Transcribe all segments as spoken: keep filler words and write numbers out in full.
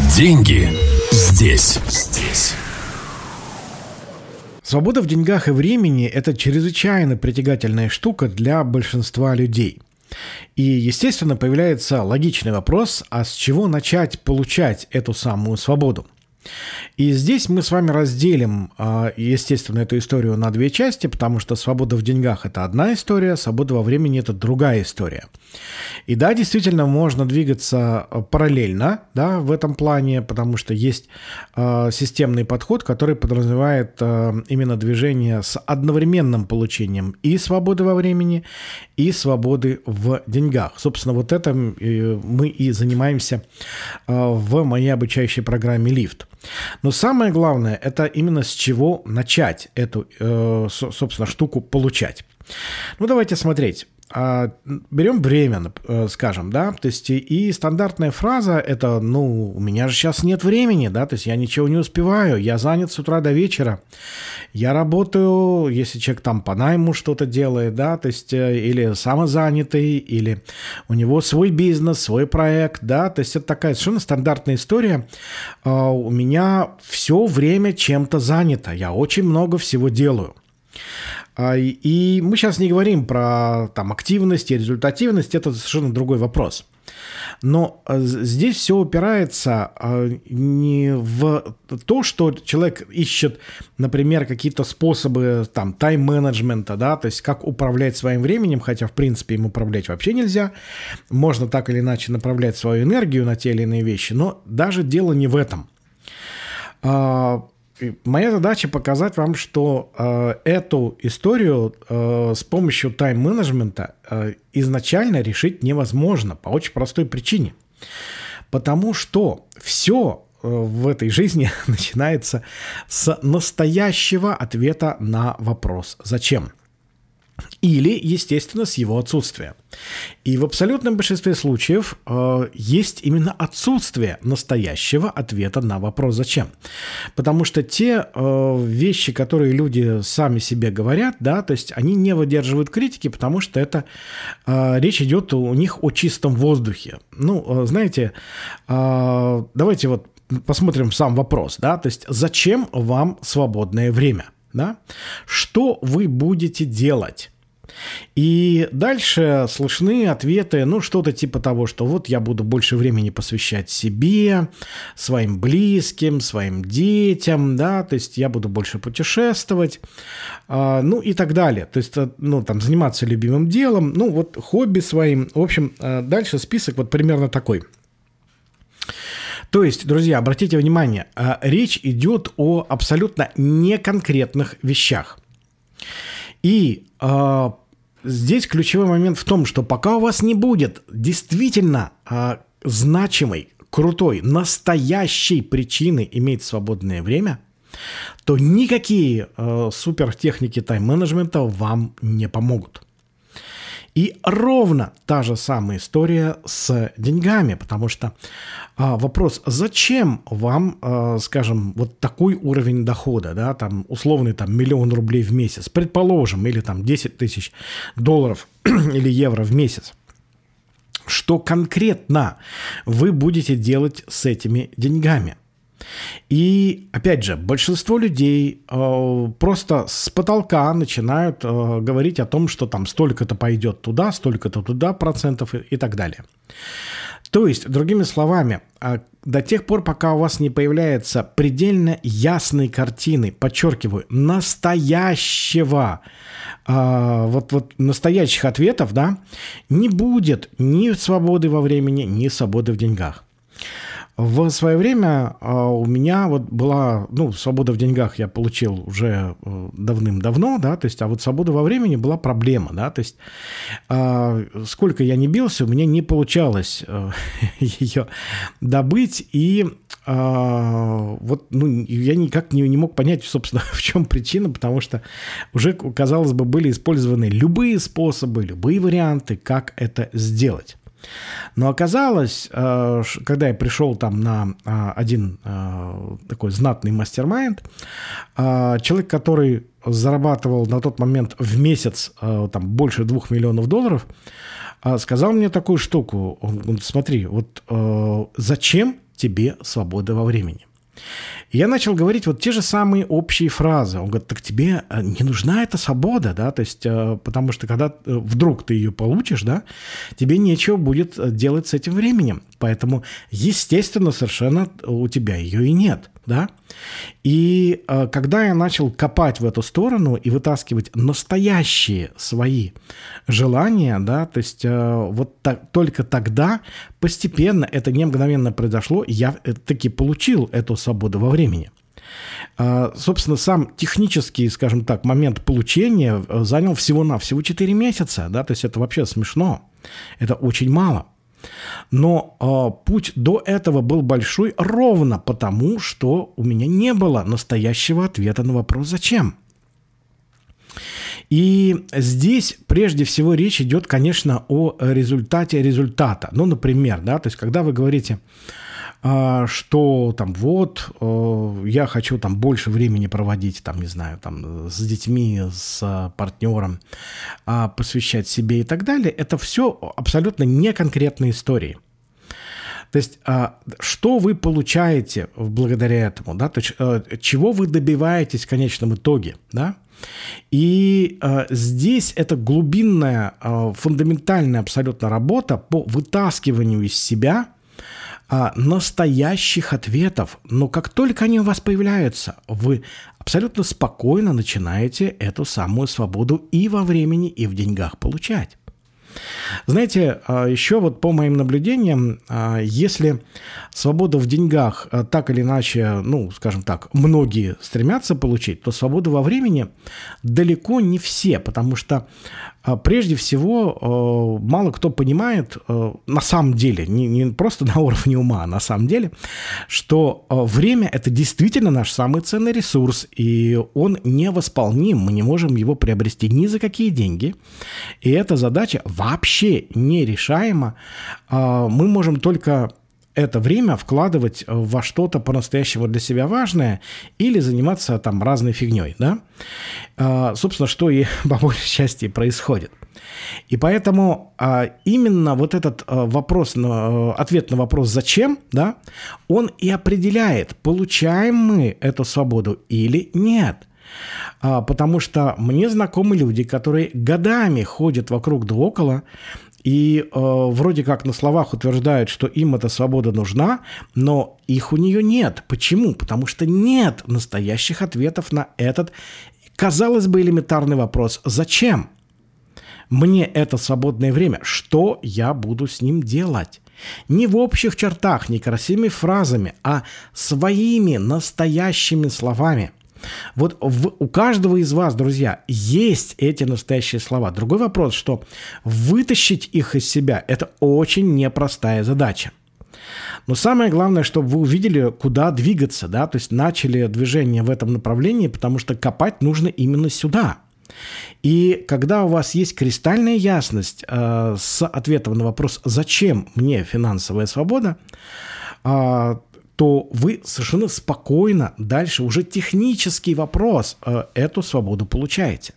Деньги здесь. Здесь. Свобода в деньгах и времени – это чрезвычайно притягательная штука для большинства людей. И, естественно, появляется логичный вопрос, а с чего начать получать эту самую свободу? И здесь мы с вами разделим, естественно, эту историю на две части, потому что свобода в деньгах – это одна история, свобода во времени – это другая история. И да, действительно, можно двигаться параллельно, да, в этом плане, потому что есть э, системный подход, который подразумевает э, именно движение с одновременным получением и свободы во времени, и свободы в деньгах. Собственно, вот этим э, мы и занимаемся э, в моей обучающей программе «Лифт». Но самое главное – это именно с чего начать эту, э, собственно, штуку получать. Ну, давайте смотреть. Берем время, скажем, да, то есть и, и стандартная фраза это, ну, у меня же сейчас нет времени, да, то есть я ничего не успеваю, я занят с утра до вечера, я работаю, если человек там по найму что-то делает, да, то есть или самозанятый, или у него свой бизнес, свой проект, да, то есть это такая совершенно стандартная история, у меня все время чем-то занято, я очень много всего делаю. И мы сейчас не говорим про там, активность и результативность, это совершенно другой вопрос. Но здесь все упирается не в то, что человек ищет, например, какие-то способы там, тайм-менеджмента, да, то есть как управлять своим временем, хотя, в принципе, им управлять вообще нельзя. Можно так или иначе направлять свою энергию на те или иные вещи, но даже дело не в этом. Моя задача показать вам, что э, эту историю э, с помощью тайм-менеджмента э, изначально решить невозможно по очень простой причине. Потому что все э, в этой жизни начинается с настоящего ответа на вопрос «Зачем?». Или, естественно, с его отсутствия. И в абсолютном большинстве случаев э, есть именно отсутствие настоящего ответа на вопрос «Зачем?». Потому что те э, вещи, которые люди сами себе говорят, да, то есть они не выдерживают критики, потому что это э, речь идет у них о чистом воздухе. Ну, э, знаете, э, давайте вот посмотрим сам вопрос, да, то есть «Зачем вам свободное время?». Да? Что вы будете делать? И дальше слышны ответы, ну, что-то типа того, что вот я буду больше времени посвящать себе, своим близким, своим детям, да, то есть я буду больше путешествовать, э, ну, и так далее. То есть, ну, там, заниматься любимым делом, ну, вот хобби своим. В общем, э, дальше список вот примерно такой. То есть, друзья, обратите внимание, речь идет о абсолютно неконкретных вещах. И э, здесь ключевой момент в том, что пока у вас не будет действительно э, значимой, крутой, настоящей причины иметь свободное время, то никакие э, супертехники тайм-менеджмента вам не помогут. И ровно та же самая история с деньгами, потому что а, вопрос, зачем вам, а, скажем, вот такой уровень дохода, да, там условный там миллион рублей в месяц, предположим, или там десять тысяч долларов или евро в месяц, что конкретно вы будете делать с этими деньгами? И, опять же, большинство людей э, просто с потолка начинают э, говорить о том, что там столько-то пойдет туда, столько-то туда процентов и, и так далее. То есть, другими словами, э, до тех пор, пока у вас не появляется предельно ясной картины, подчеркиваю, настоящего, э, вот, вот настоящих ответов, да, не будет ни свободы во времени, ни свободы в деньгах. В свое время у меня вот была, ну, свобода в деньгах я получил уже давным-давно, да, то есть, а вот свобода во времени была проблема, да, то есть, сколько я не бился, у меня не получалось ее добыть, и вот, ну, я никак не, не мог понять, собственно, в чем причина, потому что уже, казалось бы, были использованы любые способы, любые варианты, как это сделать. Но оказалось, когда я пришел там на один такой знатный мастер-майнд, человек, который зарабатывал на тот момент в месяц там, больше двух миллионов долларов, сказал мне такую штуку. Он говорит, смотри, вот зачем тебе свобода во времени. И я начал говорить вот те же самые общие фразы. Он говорит, так тебе не нужна эта свобода, да, то есть, потому что когда вдруг ты ее получишь, да, тебе нечего будет делать с этим временем. Поэтому, естественно, совершенно у тебя ее и нет, да. И когда я начал копать в эту сторону и вытаскивать настоящие свои желания, да, то есть вот так, только тогда постепенно, это не мгновенно произошло, я таки получил эту свободу во времени. Собственно, сам технический, скажем так, момент получения занял всего-навсего четыре месяца, да, то есть это вообще смешно, это очень мало. Но э, путь до этого был большой ровно потому, что у меня не было настоящего ответа на вопрос «зачем?». И здесь прежде всего речь идет, конечно, о результате результата. Ну, например, да, то есть когда вы говорите, э, что там вот э, я хочу там больше времени проводить, там, не знаю, там с детьми, с партнером, э, посвящать себе и так далее, это все абсолютно не конкретные истории. То есть, что вы получаете благодаря этому, да, то есть, чего вы добиваетесь в конечном итоге, да, и здесь это глубинная, фундаментальная абсолютно работа по вытаскиванию из себя настоящих ответов, но как только они у вас появляются, вы абсолютно спокойно начинаете эту самую свободу и во времени, и в деньгах получать. Знаете, еще вот по моим наблюдениям, если свобода в деньгах так или иначе, ну, скажем так, многие стремятся получить, то свободу во времени далеко не все, потому что прежде всего мало кто понимает на самом деле, не, не просто на уровне ума, а на самом деле, что время – это действительно наш самый ценный ресурс, и он невосполним, мы не можем его приобрести ни за какие деньги, и эта задача вообще нерешаема. Мы можем только это время вкладывать во что-то по-настоящему для себя важное или заниматься там разной фигней, да? Собственно, что и по большей части происходит. И поэтому именно вот этот вопрос, ответ на вопрос «зачем?», да, он и определяет, получаем мы эту свободу или нет. Потому что мне знакомы люди, которые годами ходят вокруг да около, и э, вроде как на словах утверждают, что им эта свобода нужна, но их у нее нет. Почему? Потому что нет настоящих ответов на этот, казалось бы, элементарный вопрос. Зачем мне это свободное время? Что я буду с ним делать? Не в общих чертах, не красивыми фразами, а своими настоящими словами. Вот в, у каждого из вас, друзья, есть эти настоящие слова. Другой вопрос, что вытащить их из себя – это очень непростая задача. Но самое главное, чтобы вы увидели, куда двигаться, да, то есть начали движение в этом направлении, потому что копать нужно именно сюда. И когда у вас есть кристальная ясность э, с ответом на вопрос «Зачем мне финансовая свобода?», э, то вы совершенно спокойно дальше уже технический вопрос эту свободу получаете.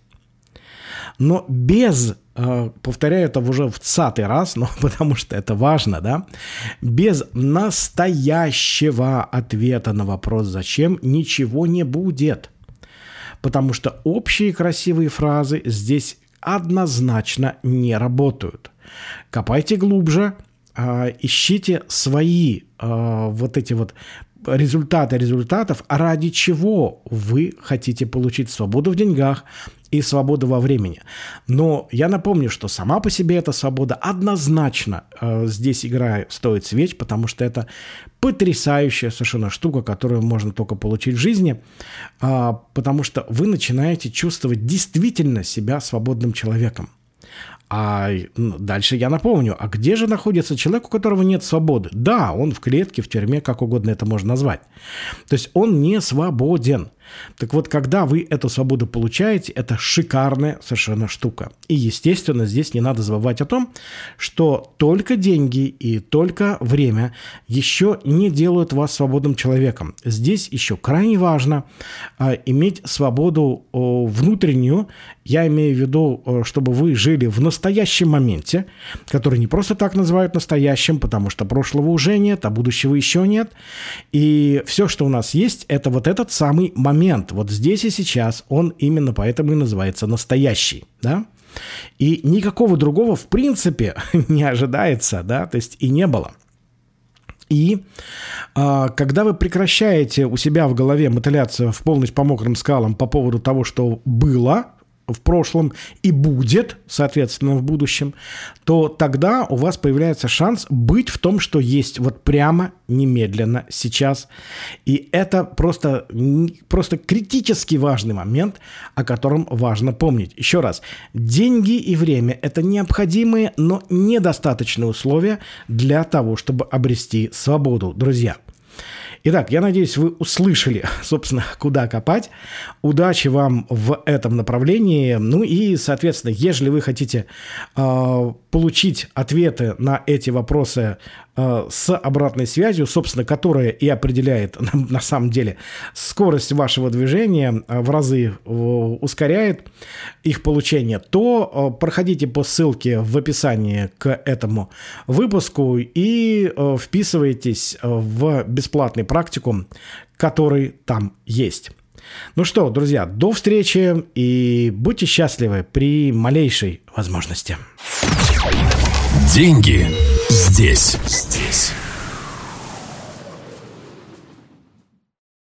Но без, повторяю это уже в цатый раз, но потому что это важно, да, без настоящего ответа на вопрос «зачем?» ничего не будет. Потому что общие красивые фразы здесь однозначно не работают. Копайте глубже, ищите свои вот эти вот результаты результатов, ради чего вы хотите получить свободу в деньгах и свободу во времени. Но я напомню, что сама по себе эта свобода однозначно здесь игра стоит свеч, потому что это потрясающая совершенно штука, которую можно только получить в жизни, потому что вы начинаете чувствовать действительно себя свободным человеком. А дальше я напомню, а где же находится человек, у которого нет свободы? Да, он в клетке, в тюрьме, как угодно это можно назвать. То есть он не свободен. Так вот, когда вы эту свободу получаете, это шикарная совершенно штука. И, естественно, здесь не надо забывать о том, что только деньги и только время еще не делают вас свободным человеком. Здесь еще крайне важно а, иметь свободу о, внутреннюю. Я имею в виду, о, чтобы вы жили в настоящем моменте, который не просто так называют настоящим, потому что прошлого уже нет, а будущего еще нет. И все, что у нас есть, это вот этот самый момент. Вот здесь и сейчас он именно поэтому и называется настоящий, да? И никакого другого в принципе не ожидается, да, то есть и не было. И а, когда вы прекращаете у себя в голове мотыляться в полночь по мокрым скалам по поводу того, что было в прошлом и будет, соответственно, в будущем, то тогда у вас появляется шанс быть в том, что есть вот прямо, немедленно, сейчас. И это просто, просто критически важный момент, о котором важно помнить. Еще раз, деньги и время – это необходимые, но недостаточные условия для того, чтобы обрести свободу, друзья. Итак, я надеюсь, вы услышали, собственно, куда копать. Удачи вам в этом направлении. Ну и, соответственно, если вы хотите э, получить ответы на эти вопросы э, с обратной связью, собственно, которая и определяет на, на самом деле скорость вашего движения, э, в разы э, ускоряет их получение, то э, проходите по ссылке в описании к этому выпуску и э, вписывайтесь в бесплатный практикум, который там есть. Ну что, друзья, до встречи и будьте счастливы при малейшей возможности. Деньги здесь. Здесь.